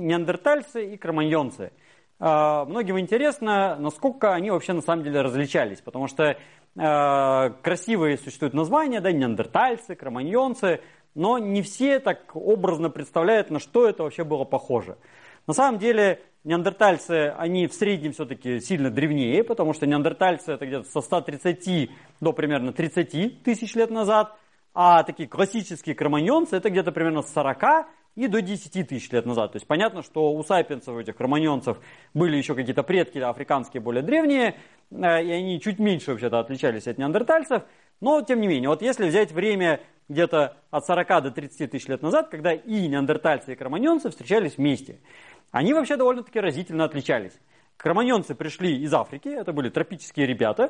неандертальцы и кроманьонцы. Многим интересно, насколько они вообще на самом деле различались, потому что красивые существуют названия, да, неандертальцы, кроманьонцы, но не все так образно представляют, на что это вообще было похоже. На самом деле неандертальцы, они в среднем все-таки сильно древнее, потому что неандертальцы это где-то со 130 до примерно 30 тысяч лет назад, а такие классические кроманьонцы это где-то примерно с 40 и до 10 тысяч лет назад. То есть понятно, что у сапиенсов, у этих кроманьонцев были еще какие-то предки африканские более древние, и они чуть меньше вообще-то отличались от неандертальцев, но тем не менее, вот если взять время где-то от 40 до 30 тысяч лет назад, когда и неандертальцы, и кроманьонцы встречались вместе, они вообще довольно-таки разительно отличались. Кроманьонцы пришли из Африки, это были тропические ребята,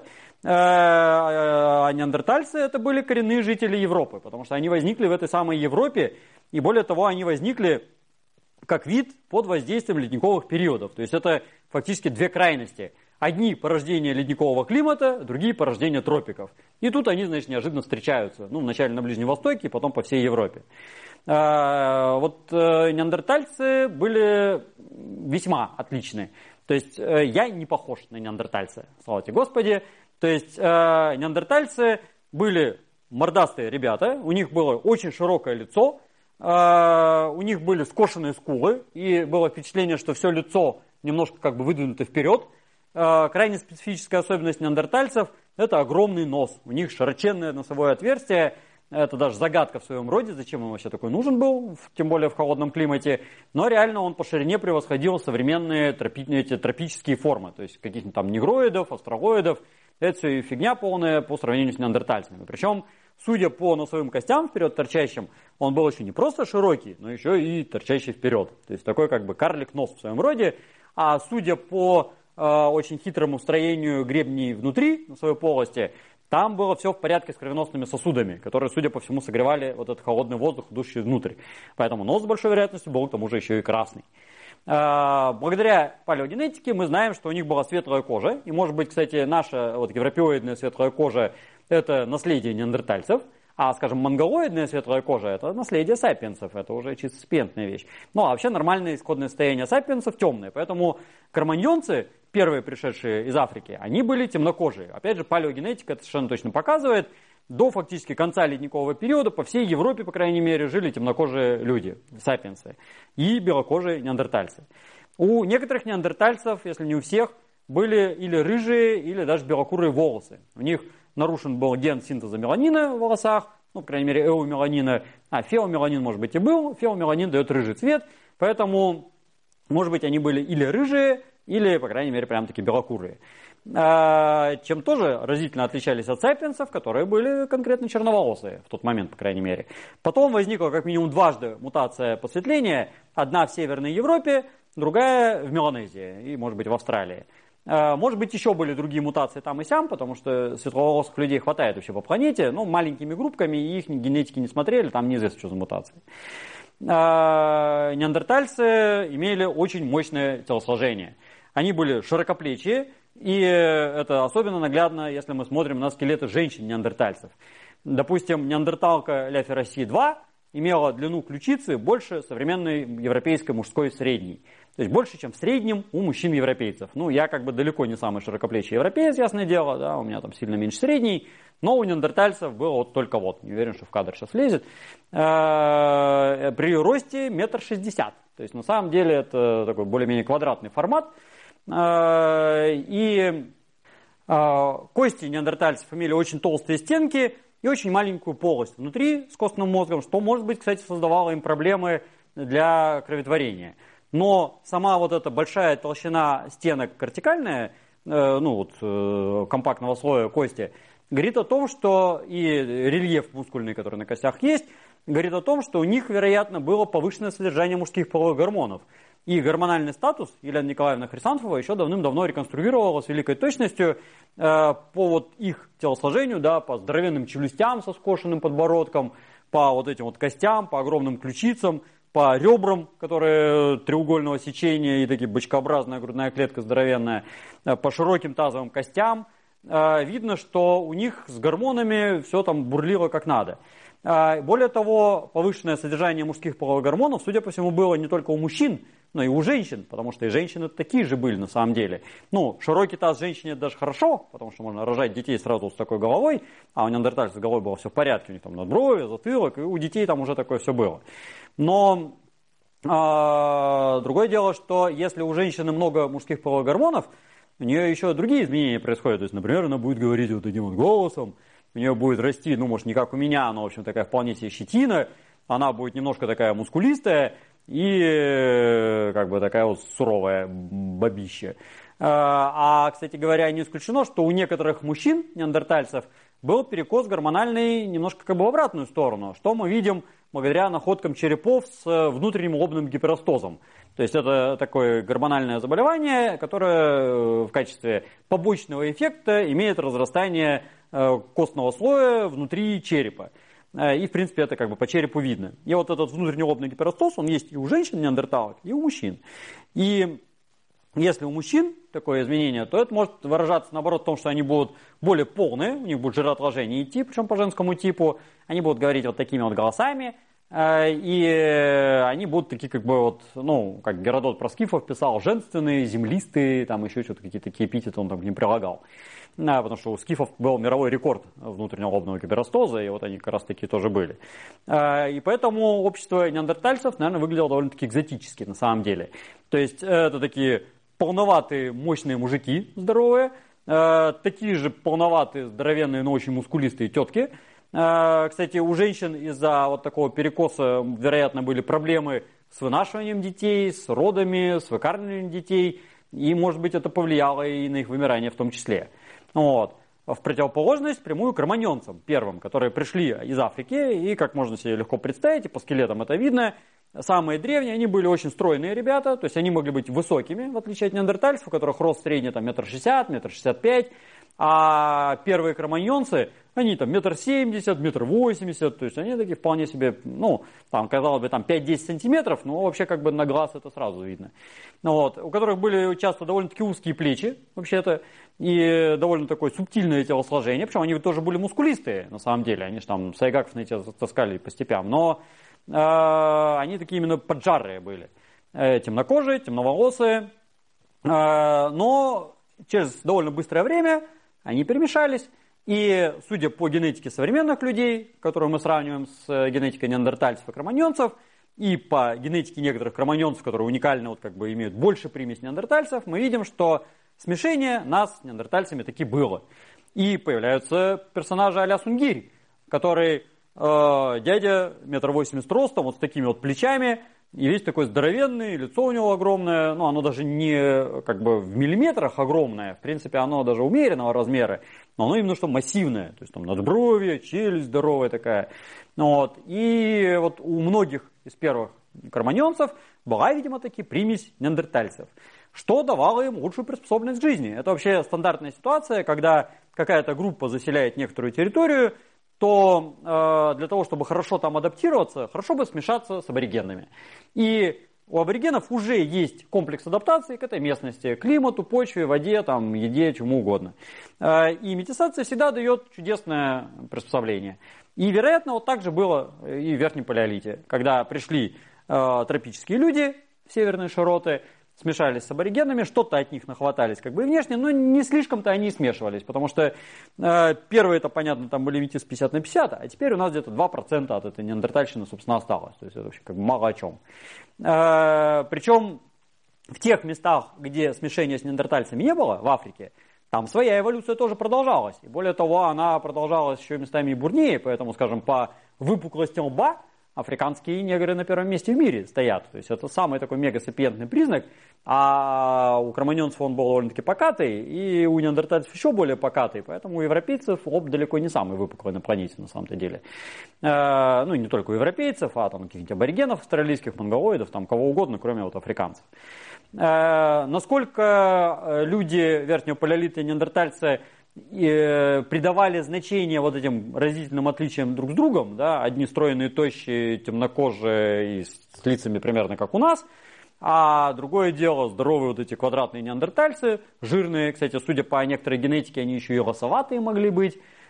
а неандертальцы это были коренные жители Европы, потому что они возникли в этой самой Европе, и более того, они возникли как вид под воздействием ледниковых периодов. То есть это фактически две крайности. Одни порождения ледникового климата, другие порождения тропиков. И тут они, значит, неожиданно встречаются. Ну, вначале на Ближнем Востоке, потом по всей Европе. Вот неандертальцы были весьма отличные. То есть я не похож на неандертальца, слава тебе Господи. То есть неандертальцы были мордастые ребята, у них было очень широкое лицо, у них были скошенные скулы, и было впечатление, что все лицо немножко как бы выдвинуто вперед. Крайне специфическая особенность неандертальцев – это огромный нос. У них широченное носовое отверстие. Это даже загадка в своем роде, зачем он вообще такой нужен был, тем более в холодном климате. Но реально он по ширине превосходил современные эти тропические формы. То есть каких-нибудь там негроидов, астрологоидов. Это все фигня полная по сравнению с неандертальцами. Причем, судя по носовым костям вперед торчащим, он был еще не просто широкий, но еще и торчащий вперед. То есть такой как бы карлик-нос в своем роде. А судя по очень хитрому строению гребней внутри носовой полости, там было все в порядке с кровеносными сосудами, которые, судя по всему, согревали вот этот холодный воздух, идущий внутрь. Поэтому нос с большой вероятностью был к тому же еще и красный. Благодаря палеогенетике мы знаем, что у них была светлая кожа. И, может быть, кстати, наша вот европеоидная светлая кожа – это наследие неандертальцев. А, скажем, монголоидная светлая кожа – это наследие сапиенсов, это уже чисто сапиентная вещь. Ну, а вообще нормальное исходное состояние сапиенсов темное. Поэтому кроманьонцы, первые пришедшие из Африки, они были темнокожие. Опять же, палеогенетика это совершенно точно показывает. До фактически конца ледникового периода по всей Европе, по крайней мере, жили темнокожие люди, сапиенсы, и белокожие неандертальцы. У некоторых неандертальцев, если не у всех, были или рыжие, или даже белокурые волосы. У них нарушен был ген синтеза меланина в волосах, ну, по крайней мере, эомеланина, феомеланин, может быть, и был. Феомеланин дает рыжий цвет, поэтому, может быть, они были или рыжие, или, по крайней мере, прям-таки белокурые. Чем тоже разительно отличались от сапиенсов, которые были конкретно черноволосые в тот момент, по крайней мере. Потом возникла как минимум дважды мутация посветления. Одна в Северной Европе, другая в Меланезии и, может быть, в Австралии. Может быть, еще были другие мутации там и сям, потому что светловолосых людей хватает вообще по планете, но маленькими группками, и их генетики не смотрели, там неизвестно, что за мутации. Неандертальцы имели очень мощное телосложение. Они были широкоплечие, и это особенно наглядно, если мы смотрим на скелеты женщин-неандертальцев. Допустим, неандерталка Ля Ферраси-2 имела длину ключицы больше современной европейской мужской средней. То есть больше, чем в среднем у мужчин-европейцев. Ну, я как бы далеко не самый широкоплечий европеец, ясное дело, да, у меня там сильно меньше средней. Но у неандертальцев было вот только вот, не уверен, что в кадр сейчас влезет, при росте 1,60 м. То есть на самом деле это такой более-менее квадратный формат. И кости неандертальцев имели очень толстые стенки и очень маленькую полость внутри с костным мозгом, что, может быть, кстати, создавало им проблемы для кроветворения. Но сама вот эта большая толщина стенок кортикальная, компактного слоя кости, говорит о том, что и рельеф мускульный, который на костях есть, говорит о том, что у них, вероятно, было повышенное содержание мужских половых гормонов. И гормональный статус Елена Николаевна Хрисанфова еще давным-давно реконструировала с великой точностью по вот их телосложению, да, по здоровенным челюстям со скошенным подбородком, по вот этим вот костям, по огромным ключицам, по ребрам, которые треугольного сечения и такие бочкообразная грудная клетка здоровенная, по широким тазовым костям. Видно, что у них с гормонами все там бурлило как надо. Более того, повышенное содержание мужских половых гормонов, судя по всему, было не только у мужчин, но и у женщин, потому что и женщины такие же были на самом деле. Ну, широкий таз женщине даже хорошо, потому что можно рожать детей сразу с такой головой, а у неандертальцев с головой было все в порядке, у них там надброви, затылок, и у детей там уже такое все было. Но другое дело, что если у женщины много мужских половых гормонов, у нее еще другие изменения происходят. То есть, например, она будет говорить вот таким вот голосом, у нее будет расти, ну, может, не как у меня, но, в общем, такая вполне себе щетина, она будет немножко такая мускулистая и как бы такая вот суровая бабища. Кстати говоря, не исключено, что у некоторых мужчин, неандертальцев, был перекос гормональный немножко как бы в обратную сторону, что мы видим благодаря находкам черепов с внутренним лобным гиперостозом. То есть это такое гормональное заболевание, которое в качестве побочного эффекта имеет разрастание костного слоя внутри черепа. И, в принципе, это как бы по черепу видно. И вот этот внутренний лобный гиперостоз, он есть и у женщин неандерталок, и у мужчин. И если у мужчин такое изменение, то это может выражаться, наоборот, в том, что они будут более полные, у них будет жироотложение идти, причем по женскому типу, они будут говорить вот такими вот голосами, и они будут такие, как бы вот, ну, как Геродот про скифов писал, женственные, землистые, там еще что-то, какие-то такие эпитеты он там к ним прилагал. Потому что у скифов был мировой рекорд внутреннего лобного гиперостоза, и вот они как раз такие тоже были. И поэтому общество неандертальцев, наверное, выглядело довольно-таки экзотически на самом деле. То есть это такие полноватые, мощные мужики здоровые, такие же полноватые, здоровенные, но очень мускулистые тетки. Кстати, у женщин из-за вот такого перекоса, вероятно, были проблемы с вынашиванием детей, с родами, с выкармливанием детей, и, может быть, это повлияло и на их вымирание в том числе. Вот. В противоположность прямую кроманьонцам, первым, которые пришли из Африки, и, как можно себе легко представить, и по скелетам это видно, самые древние, они были очень стройные ребята, то есть они могли быть высокими, в отличие от неандертальцев, у которых рост средний там 1,60 м, 1,65 м, а первые кроманьонцы, они там 1,70 м, 1,80 м, то есть они такие вполне себе, ну, там, казалось бы, там 5-10 сантиметров, но вообще как бы на глаз это сразу видно. Вот. У которых были часто довольно-таки узкие плечи, вообще-то, и довольно такое субтильное телосложение, причем они тоже были мускулистые, на самом деле, они же там сайгаков на эти таскали по степям, но они такие именно поджарые были, темнокожие, темноволосые, но через довольно быстрое время они перемешались, и судя по генетике современных людей, которую мы сравниваем с генетикой неандертальцев и кроманьонцев, и по генетике некоторых кроманьонцев, которые уникально вот, как бы, имеют больше примесь неандертальцев, мы видим, что смешение нас с неандертальцами таки было. И появляются персонажи а-ля Сунгирь, который дядя 1,80 м ростом, вот с такими вот плечами, и весь такой здоровенный, лицо у него огромное, ну оно даже не как бы в миллиметрах огромное, в принципе оно даже умеренного размера, но оно именно что массивное, то есть там надбровье, челюсть здоровая такая. Вот. И вот у многих из первых кроманьонцев была, видимо, таки примесь неандертальцев, что давало им лучшую приспособленность к жизни. Это вообще стандартная ситуация, когда какая-то группа заселяет некоторую территорию, то для того, чтобы хорошо там адаптироваться, хорошо бы смешаться с аборигенами. И у аборигенов уже есть комплекс адаптации к этой местности, климату, почве, воде, там, еде, чему угодно. И метисация всегда дает чудесное приспособление. И, вероятно, вот так же было и в Верхнем Палеолите, когда пришли тропические люди в северные широты, смешались с аборигенами, что-то от них нахватались как бы и внешне, но не слишком-то они смешивались, потому что первые, это понятно, там были метис 50 на 50, а теперь у нас где-то 2% от этой неандертальщины, собственно, осталось. То есть это вообще как бы мало о чем. Причем в тех местах, где смешения с неандертальцами не было, в Африке, там своя эволюция тоже продолжалась. И более того, она продолжалась еще местами и бурнее, поэтому, скажем, по выпуклости лба африканские негры на первом месте в мире стоят. То есть это самый такой мегасапиентный признак. А у кроманьонцев он был довольно-таки покатый, и у неандертальцев еще более покатый. Поэтому у европейцев лоб далеко не самый выпуклый на планете на самом-то деле. Ну и не только у европейцев, а там каких-нибудь аборигенов австралийских, монголоидов, там кого угодно, кроме вот африканцев. Насколько люди верхнего палеолита и неандертальцы придавали значение вот этим разительным отличиям друг с другом, да, одни стройные, тощие, темнокожие и с лицами примерно как у нас, а другое дело, здоровые вот эти квадратные неандертальцы, жирные, кстати, судя по некоторой генетике, они еще и лосоватые могли быть,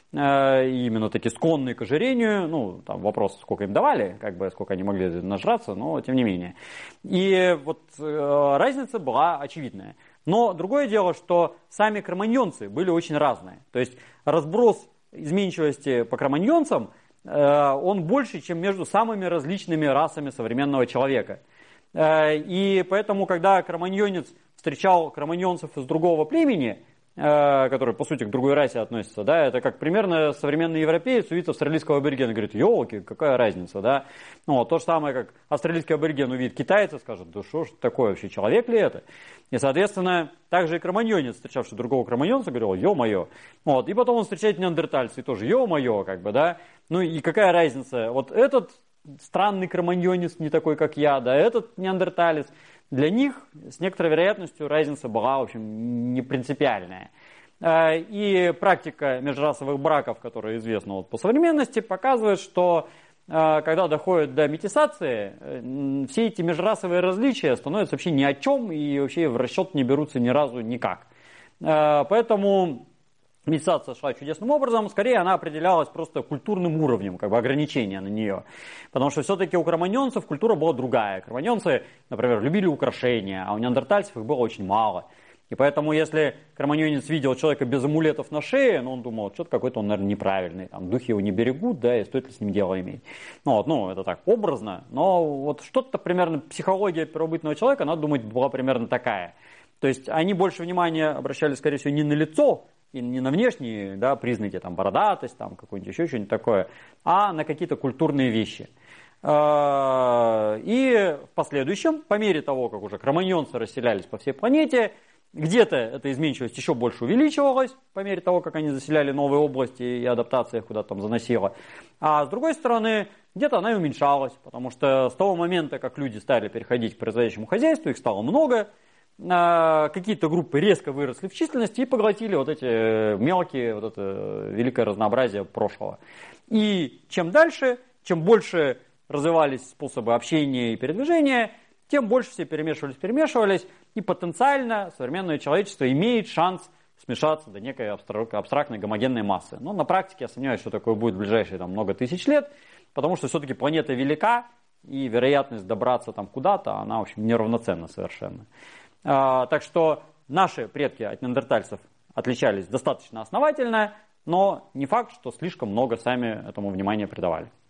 именно такие склонные к ожирению. Ну, там вопрос, сколько им давали, как бы, сколько они могли нажраться, но тем не менее. И вот разница была очевидная. Но другое дело, что сами кроманьонцы были очень разные. То есть разброс изменчивости по кроманьонцам, он больше, чем между самыми различными расами современного человека. И поэтому, когда кроманьонец встречал кроманьонцев из другого племени, которые, по сути, к другой расе относятся, да, это как примерно современный европеец увидит австралийского аборигена и говорит: елки, какая разница, да. Ну, то же самое, как австралийский абориген увидит китайца, скажет: да что ж такое вообще, человек ли это? И, соответственно, также и кроманьонец, встречавший другого кроманьонца, говорил: ё-моё. Вот, и потом он встречает неандертальца, и тоже ё-моё, как бы, да. Ну, и какая разница, вот этот странный кроманьонец, не такой, как я, да, этот неандерталец. Для них с некоторой вероятностью разница была, в общем, не принципиальная. И практика межрасовых браков, которая известна вот по современности, показывает, что когда доходит до метисации, все эти межрасовые различия становятся вообще ни о чем и вообще в расчет не берутся ни разу никак. Поэтому метисация шла чудесным образом, скорее она определялась просто культурным уровнем, как бы ограничения на нее. Потому что все-таки у кроманьонцев культура была другая. Кроманьонцы, например, любили украшения, а у неандертальцев их было очень мало. И поэтому, если кроманьонец видел человека без амулетов на шее, ну, он думал, что-то какой-то он, наверное, неправильный, там, духи его не берегут, да, и стоит ли с ним дело иметь. Ну, это так образно, но вот что-то примерно, психология первобытного человека, надо думать, была примерно такая. То есть они больше внимания обращали, скорее всего, не на лицо, и не на внешние, да, признаки, там, бородатость, там, какой-нибудь еще что-нибудь такое, а на какие-то культурные вещи. И в последующем, по мере того, как уже кроманьонцы расселялись по всей планете, где-то эта изменчивость еще больше увеличивалась, по мере того, как они заселяли новые области и адаптация их куда-то там заносила. А с другой стороны, где-то она и уменьшалась, потому что с того момента, как люди стали переходить к производящему хозяйству, их стало много, какие-то группы резко выросли в численности и поглотили вот эти мелкие, вот это великое разнообразие прошлого. И чем дальше, чем больше развивались способы общения и передвижения, тем больше все перемешивались, и потенциально современное человечество имеет шанс смешаться до некой абстрактной гомогенной массы. Но на практике я сомневаюсь, что такое будет в ближайшие много тысяч лет, потому что все-таки планета велика, и вероятность добраться там куда-то, она, в общем, неравноценна совершенно. Так что наши предки от неандертальцев отличались достаточно основательно, но не факт, что слишком много сами этому внимания придавали.